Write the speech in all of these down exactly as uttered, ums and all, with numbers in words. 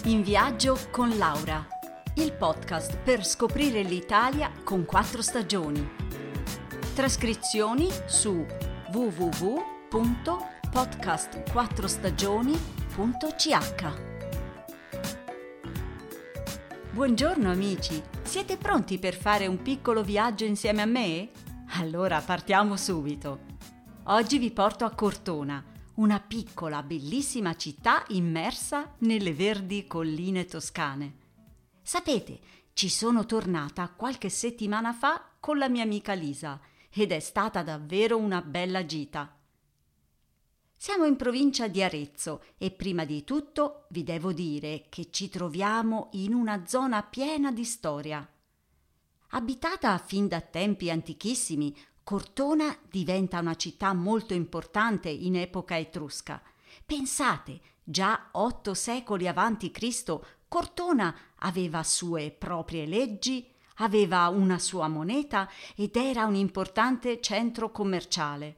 In viaggio con Laura, il podcast per scoprire l'Italia con quattro stagioni. Trascrizioni su w w w punto podcast quattro stagioni punto c h. Buongiorno amici, siete pronti per fare un piccolo viaggio insieme a me? Allora partiamo subito. Oggi vi porto a Cortona, una piccola, bellissima città immersa nelle verdi colline toscane. Sapete, ci sono tornata qualche settimana fa con la mia amica Lisa ed è stata davvero una bella gita. Siamo in provincia di Arezzo e prima di tutto vi devo dire che ci troviamo in una zona piena di storia. Abitata fin da tempi antichissimi, Cortona diventa una città molto importante in epoca etrusca. Pensate, già otto secoli avanti Cristo, Cortona aveva sue proprie leggi, aveva una sua moneta ed era un importante centro commerciale.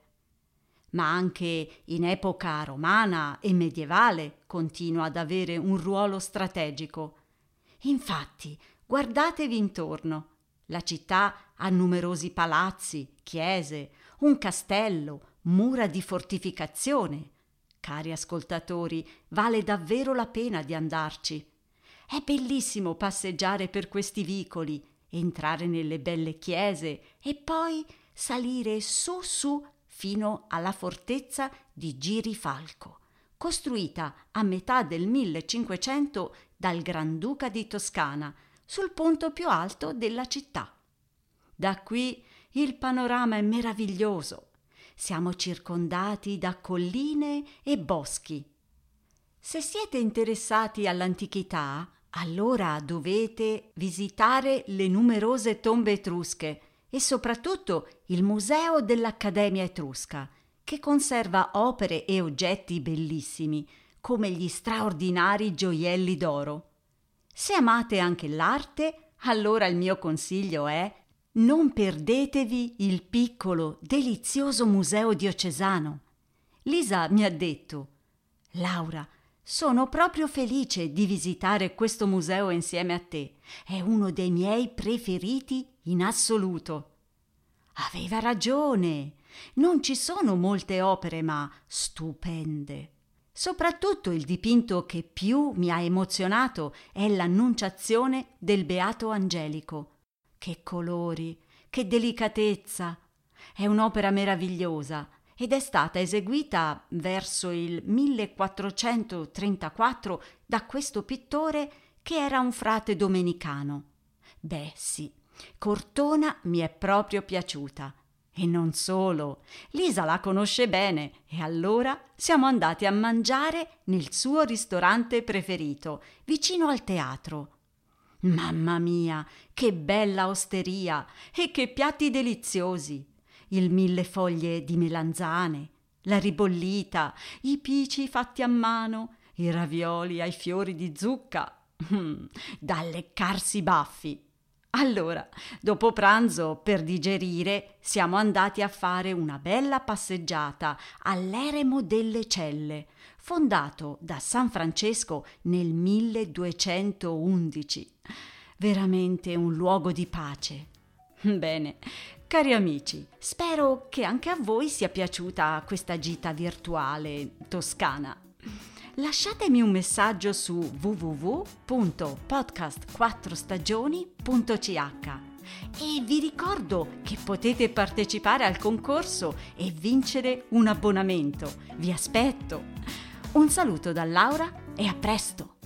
Ma anche in epoca romana e medievale continua ad avere un ruolo strategico. Infatti, guardatevi intorno. La città ha numerosi palazzi, chiese, un castello, mura di fortificazione. Cari ascoltatori, vale davvero la pena di andarci. È bellissimo passeggiare per questi vicoli, entrare nelle belle chiese e poi salire su su fino alla fortezza di Girifalco, costruita a metà del millecinquecento dal Granduca di Toscana, sul punto più alto della città. Da qui il panorama è meraviglioso. Siamo circondati da colline e boschi. Se siete interessati all'antichità, allora dovete visitare le numerose tombe etrusche e soprattutto il Museo dell'Accademia Etrusca, che conserva opere e oggetti bellissimi, come gli straordinari gioielli d'oro. Se amate anche l'arte, allora il mio consiglio è: non perdetevi il piccolo, delizioso museo diocesano. Lisa mi ha detto: Laura, sono proprio felice di visitare questo museo insieme a te. È uno dei miei preferiti in assoluto. Aveva ragione. Non ci sono molte opere, ma stupende. Soprattutto il dipinto che più mi ha emozionato è l'Annunciazione del Beato Angelico. Che colori, che delicatezza! È un'opera meravigliosa ed è stata eseguita verso il millequattrocentotrentaquattro da questo pittore che era un frate domenicano. Beh sì, Cortona mi è proprio piaciuta. E non solo, Lisa la conosce bene e allora siamo andati a mangiare nel suo ristorante preferito, vicino al teatro. Mamma mia, che bella osteria e che piatti deliziosi! Il millefoglie di melanzane, la ribollita, i pici fatti a mano, i ravioli ai fiori di zucca, mm, da leccarsi i baffi. Allora, dopo pranzo, per digerire, siamo andati a fare una bella passeggiata all'Eremo delle Celle, fondato da San Francesco nel milleduecentoundici. Veramente un luogo di pace. Bene, cari amici, spero che anche a voi sia piaciuta questa gita virtuale toscana. Lasciatemi un messaggio su w w w punto podcast quattro stagioni punto c h e vi ricordo che potete partecipare al concorso e vincere un abbonamento. Vi aspetto! Un saluto da Laura e a presto!